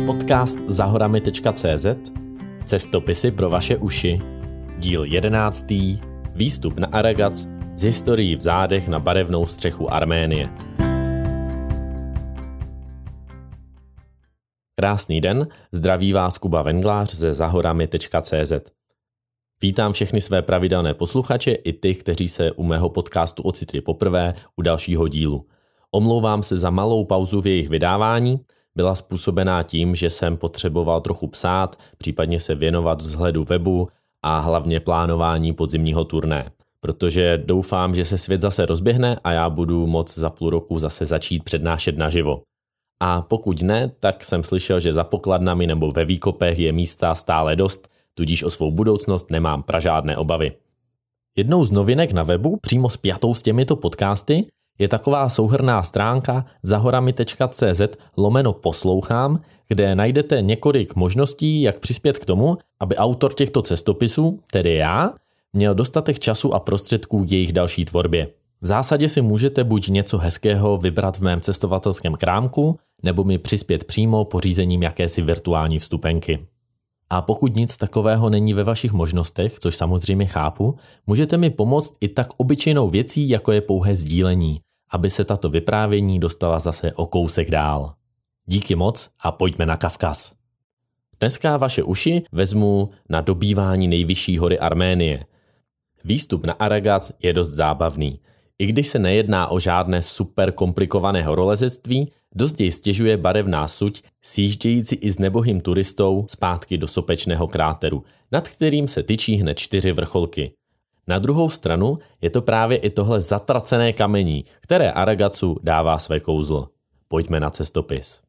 Podcast zahorami.cz Cestopisy pro vaše uši. Díl 11. Výstup na Aragac z historií v zádech na barevnou střechu Arménie. Krásný den, zdraví vás Kuba Venglář ze zahorami.cz. Vítám všechny své pravidelné posluchače i ty, kteří se u mého podcastu ocitli poprvé u dalšího dílu. Omlouvám se za malou pauzu v jejich vydávání, byla způsobená tím, že jsem potřeboval trochu psát, případně se věnovat vzhledu webu a hlavně plánování podzimního turné. Protože doufám, že se svět zase rozběhne a já budu moct za půl roku zase začít přednášet naživo. A pokud ne, tak jsem slyšel, že za pokladnami nebo ve výkopech je místa stále dost, tudíž o svou budoucnost nemám pražádné obavy. Jednou z novinek na webu, přímo spjatou s těmito podcasty, je taková souhrnná stránka zahorami.cz/poslouchám, kde najdete několik možností, jak přispět k tomu, aby autor těchto cestopisů, tedy já, měl dostatek času a prostředků k jejich další tvorbě. V zásadě si můžete buď něco hezkého vybrat v mém cestovatelském krámku, nebo mi přispět přímo pořízením jakési virtuální vstupenky. A pokud nic takového není ve vašich možnostech, což samozřejmě chápu, můžete mi pomoct i tak obyčejnou věcí, jako je pouhé sdílení, aby se tato vyprávění dostala zase o kousek dál. Díky moc a pojďme na Kavkaz. Dneska vaše uši vezmu na dobývání nejvyšší hory Arménie. Výstup na Aragac je dost zábavný. I když se nejedná o žádné super komplikované horolezectví, dost jej stěžuje barevná suť, sjíždějící i s nebohým turistou zpátky do sopečného kráteru, nad kterým se tyčí hned 4 vrcholky. Na druhou stranu je to právě i tohle zatracené kamení, které Aragacu dává své kouzlo. Pojďme na cestopis.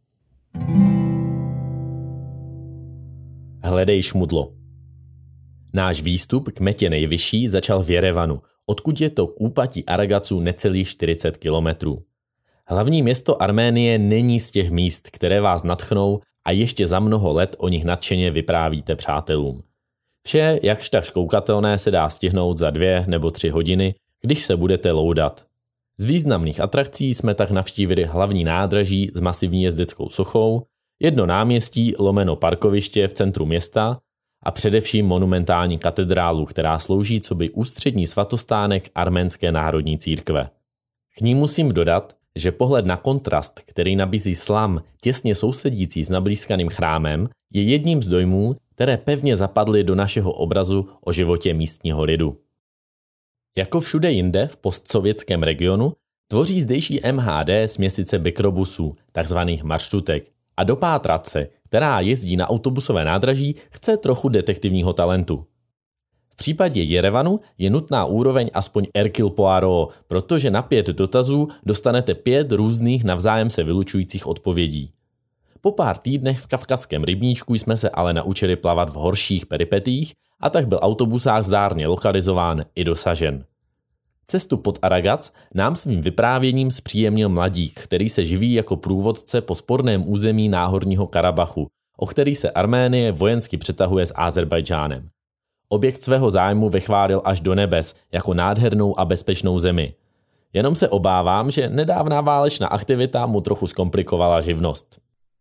Hledej šmudlo. Náš výstup k metě nejvyšší začal v Jerevanu, odkud je to k úpatí Aragacu necelých 40 kilometrů. Hlavní město Arménie není z těch míst, které vás nadchnou a ještě za mnoho let o nich nadšeně vyprávíte přátelům. Vše, jakž tak koukatelné, se dá stihnout za 2 nebo 3 hodiny, když se budete loudat. Z významných atrakcí jsme tak navštívili hlavní nádraží s masivní jezdeckou sochou, jedno náměstí / parkoviště v centru města a především monumentální katedrálu, která slouží coby ústřední svatostánek Arménské národní církve. K ní musím dodat, že pohled na kontrast, který nabízí slam těsně sousedící s nablýskaným chrámem, je jedním z dojmů, které pevně zapadly do našeho obrazu o životě místního lidu. Jako všude jinde v postsovětském regionu tvoří zdejší MHD směsice mikrobusů, takzvaných maršrutek, a dopátrat se, která jezdí na autobusové nádraží, chce trochu detektivního talentu. V případě Jerevanu je nutná úroveň aspoň Hercule Poirot, protože na 5 dotazů dostanete 5 různých navzájem se vylučujících odpovědí. Po pár týdnech v kavkazském rybníčku jsme se ale naučili plavat v horších peripetích a tak byl autobusák zdárně lokalizován i dosažen. Cestu pod Aragac nám svým vyprávěním zpříjemnil mladík, který se živí jako průvodce po sporném území Náhorního Karabachu, o který se Arménie vojensky přetahuje s Ázerbájdžánem. Objekt svého zájmu vychválil až do nebes jako nádhernou a bezpečnou zemi. Jenom se obávám, že nedávná válečná aktivita mu trochu zkomplikovala živnost.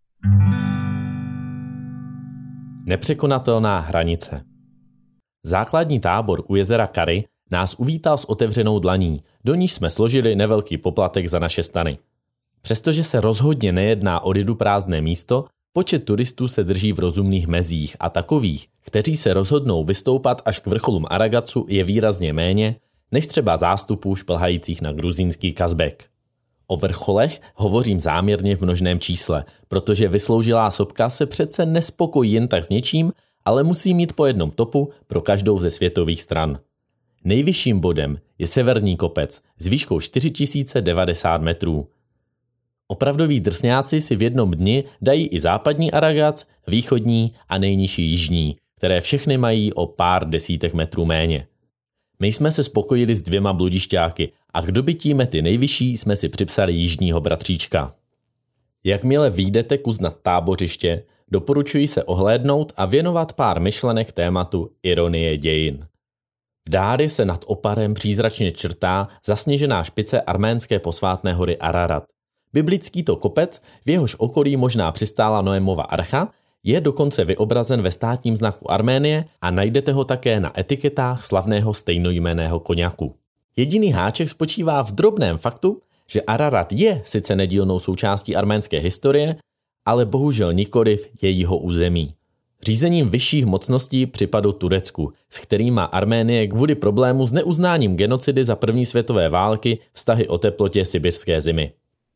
Nepřekonatelná hranice. Základní tábor u jezera Kary nás uvítal s otevřenou dlaní, do níž jsme složili nevelký poplatek za naše stany. Přestože se rozhodně nejedná o lidu prázdné místo, počet turistů se drží v rozumných mezích a takových, kteří se rozhodnou vystoupat až k vrcholům Aragacu, je výrazně méně, než třeba zástupů šplhajících na gruzínský Kazbek. O vrcholech hovořím záměrně v množném čísle, protože vysloužilá sopka se přece nespokojí jen tak s něčím, ale musí mít po jednom topu pro každou ze světových stran. Nejvyšším bodem je severní kopec s výškou 4090 metrů. Opravdoví drsňáci si v jednom dni dají i západní Aragac, východní a nejnižší jižní, které všechny mají o pár desítek metrů méně. My jsme se spokojili s 2 bludišťáky a k dobytí mety nejvyšší jsme si připsali jižního bratříčka. Jakmile vyjdete kuznat tábořiště, doporučuji se ohlédnout a věnovat pár myšlenek tématu ironie dějin. V dáli se nad oparem přízračně črtá zasněžená špice arménské posvátné hory Ararat. Biblický to kopec, v jehož okolí možná přistála Noémova archa, je dokonce vyobrazen ve státním znaku Arménie a najdete ho také na etiketách slavného stejnojmenného koňaku. Jediný háček spočívá v drobném faktu, že Ararat je sice nedílnou součástí arménské historie, ale bohužel nikoliv jejího území. Řízením vyšších mocností připadlo Turecku, s kterým má Arménie kvůli problému s neuznáním genocidy za první světové války vztahy o teplotě sibirské zimy.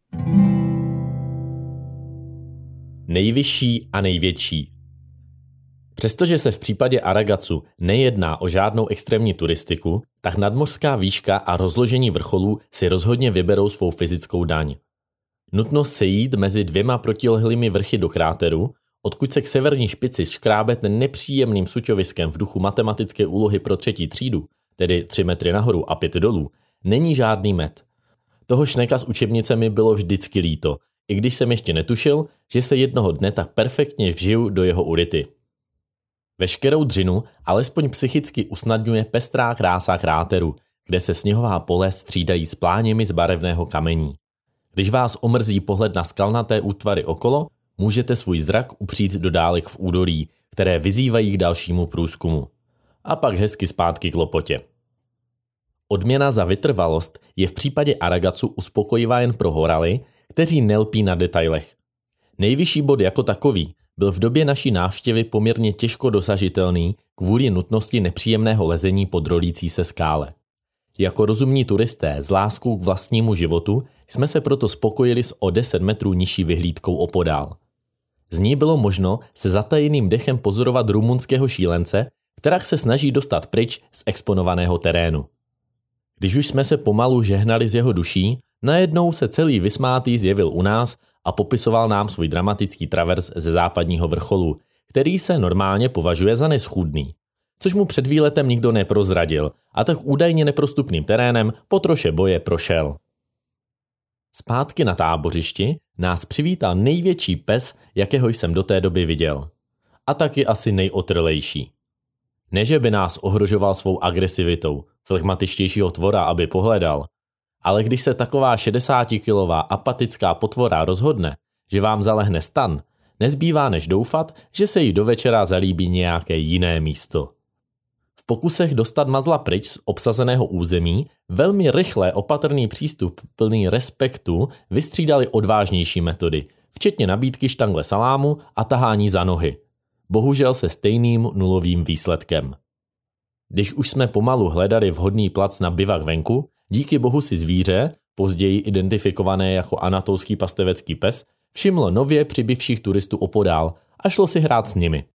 Nejvyšší a největší. Přestože se v případě Aragacu nejedná o žádnou extrémní turistiku, tak nadmořská výška a rozložení vrcholů si rozhodně vyberou svou fyzickou daň. Nutnost sejít mezi dvěma protilehlými vrchy do kráteru, odkud se k severní špici škrábete nepříjemným suťoviskem v duchu matematické úlohy pro 3. třídu, tedy 3 metry nahoru a 5 dolů, není žádný met. Toho šneka s učebnicemi bylo vždycky líto, i když jsem ještě netušil, že se jednoho dne tak perfektně vžiju do jeho urity. Veškerou dřinu alespoň psychicky usnadňuje pestrá krása kráteru, kde se sněhová pole střídají s pláněmi z barevného kamení. Když vás omrzí pohled na skalnaté útvary okolo, můžete svůj zrak upřít do dálek v údolí, které vyzývají k dalšímu průzkumu. A pak hezky zpátky k lopotě. Odměna za vytrvalost je v případě Aragacu uspokojivá jen pro horaly, kteří nelpí na detailech. Nejvyšší bod jako takový byl v době naší návštěvy poměrně těžko dosažitelný kvůli nutnosti nepříjemného lezení po drolící se skále. Jako rozumní turisté s láskou k vlastnímu životu jsme se proto spokojili s o 10 metrů nižší vyhlídkou opodál. Z ní bylo možno se zatajeným dechem pozorovat rumunského šílence, který se snaží dostat pryč z exponovaného terénu. Když už jsme se pomalu žehnali z jeho duší, najednou se celý vysmátý zjevil u nás a popisoval nám svůj dramatický travers ze západního vrcholu, který se normálně považuje za neschůdný, což mu před výletem nikdo neprozradil a tak údajně neprostupným terénem po troše boje prošel. Zpátky na tábořišti nás přivítal největší pes, jakého jsem do té doby viděl. A taky asi nejotrlejší. Ne, že by nás ohrožoval svou agresivitou, flegmatičtějšího tvora, aby pohledal, ale když se taková 60kilová apatická potvora rozhodne, že vám zalehne stan, nezbývá než doufat, že se jí do večera zalíbí nějaké jiné místo. V pokusech dostat mazla pryč z obsazeného území velmi rychle opatrný přístup plný respektu vystřídali odvážnější metody, včetně nabídky štangle salámu a tahání za nohy. Bohužel se stejným nulovým výsledkem. Když už jsme pomalu hledali vhodný plac na bivak venku, díky bohu si zvíře, později identifikované jako anatolský pastevecký pes, všimlo nově přibývších turistů opodál a šlo si hrát s nimi.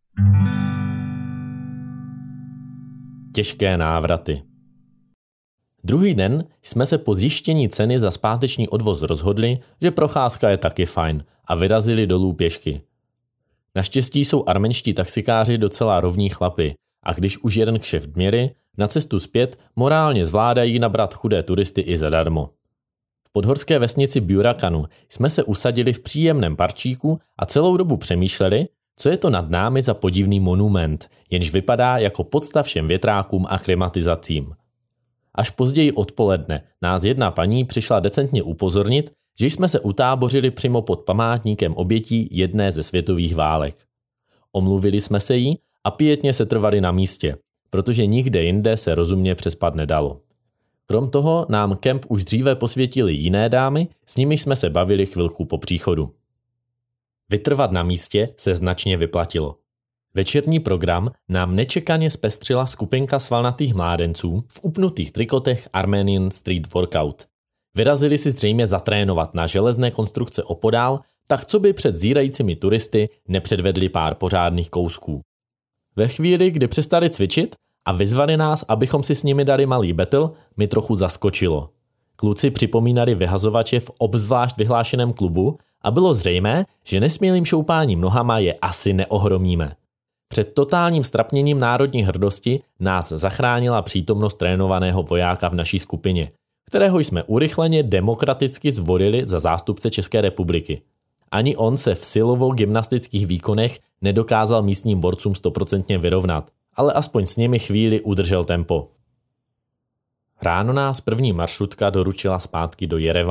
Těžké návraty. Druhý den jsme se po zjištění ceny za zpáteční odvoz rozhodli, že procházka je taky fajn a vyrazili dolů pěšky. Naštěstí jsou arménští taxikáři docela rovní chlapi a když už jeden kšeft měli, na cestu zpět morálně zvládají nabrat chudé turisty i zadarmo. V podhorské vesnici Burakanu jsme se usadili v příjemném parčíku a celou dobu přemýšleli, co je to nad námi za podivný monument, jenž vypadá jako podsta všem větrákům a klimatizacím. Až později odpoledne nás jedna paní přišla decentně upozornit, že jsme se utábořili přímo pod památníkem obětí jedné ze světových válek. Omluvili jsme se jí a pietně se trvali na místě, protože nikde jinde se rozumně přespat nedalo. Krom toho nám kemp už dříve posvětili jiné dámy, s nimi jsme se bavili chvilku po příchodu. Vytrvat na místě se značně vyplatilo. Večerní program nám nečekaně zpestřila skupinka svalnatých mládenců v upnutých trikotech Armenian Street Workout. Vyrazili si zřejmě zatrénovat na železné konstrukce opodál, tak co by před zírajícími turisty nepředvedli pár pořádných kousků. Ve chvíli, kdy přestali cvičit a vyzvali nás, abychom si s nimi dali malý battle, mi trochu zaskočilo. Kluci připomínali vyhazovače v obzvlášť vyhlášeném klubu a bylo zřejmé, že nesmělým šoupáním nohama je asi neohromíme. Před totálním strapněním národní hrdosti nás zachránila přítomnost trénovaného vojáka v naší skupině, kterého jsme urychleně demokraticky zvolili za zástupce České republiky. Ani on se v silovo-gymnastických výkonech nedokázal místním borcům 100% vyrovnat, ale aspoň s nimi chvíli udržel tempo. Ráno nás první maršrutka doručila zpátky do Jerevanu,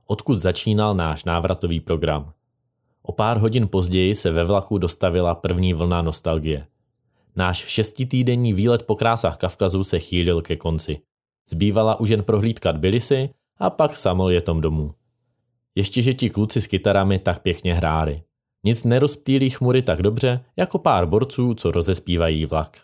odkud začínal náš návratový program. O pár hodin později se ve vlaku dostavila první vlna nostalgie. Náš 6týdenní výlet po krásách Kavkazu se chýlil ke konci. Zbývala už jen prohlídka Tbilisi a pak samoljetom domů. Ještě že ti kluci s kytarami tak pěkně hráli. Nic nerozptýlí chmury tak dobře, jako pár borců, co rozespívají vlak.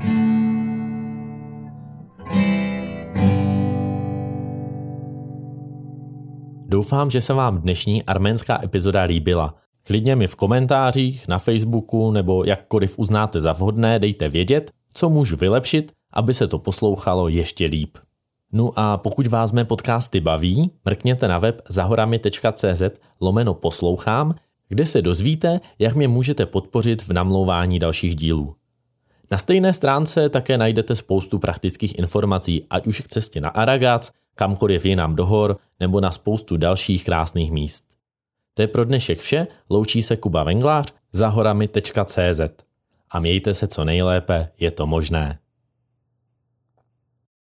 Doufám, že se vám dnešní arménská epizoda líbila. Klidně mi v komentářích, na Facebooku nebo jakkoliv uznáte za vhodné dejte vědět, co můžu vylepšit, aby se to poslouchalo ještě líp. No a pokud vás mé podcasty baví, mrkněte na web zahorami.cz/poslouchám, kde se dozvíte, jak mě můžete podpořit v namlouvání dalších dílů. Na stejné stránce také najdete spoustu praktických informací, ať už k cestě na Aragac, kamkoliv jinam do hor, nebo na spoustu dalších krásných míst. To je pro dnešek vše, loučí se Kuba Venglář, zahorami.cz. A mějte se co nejlépe, je to možné.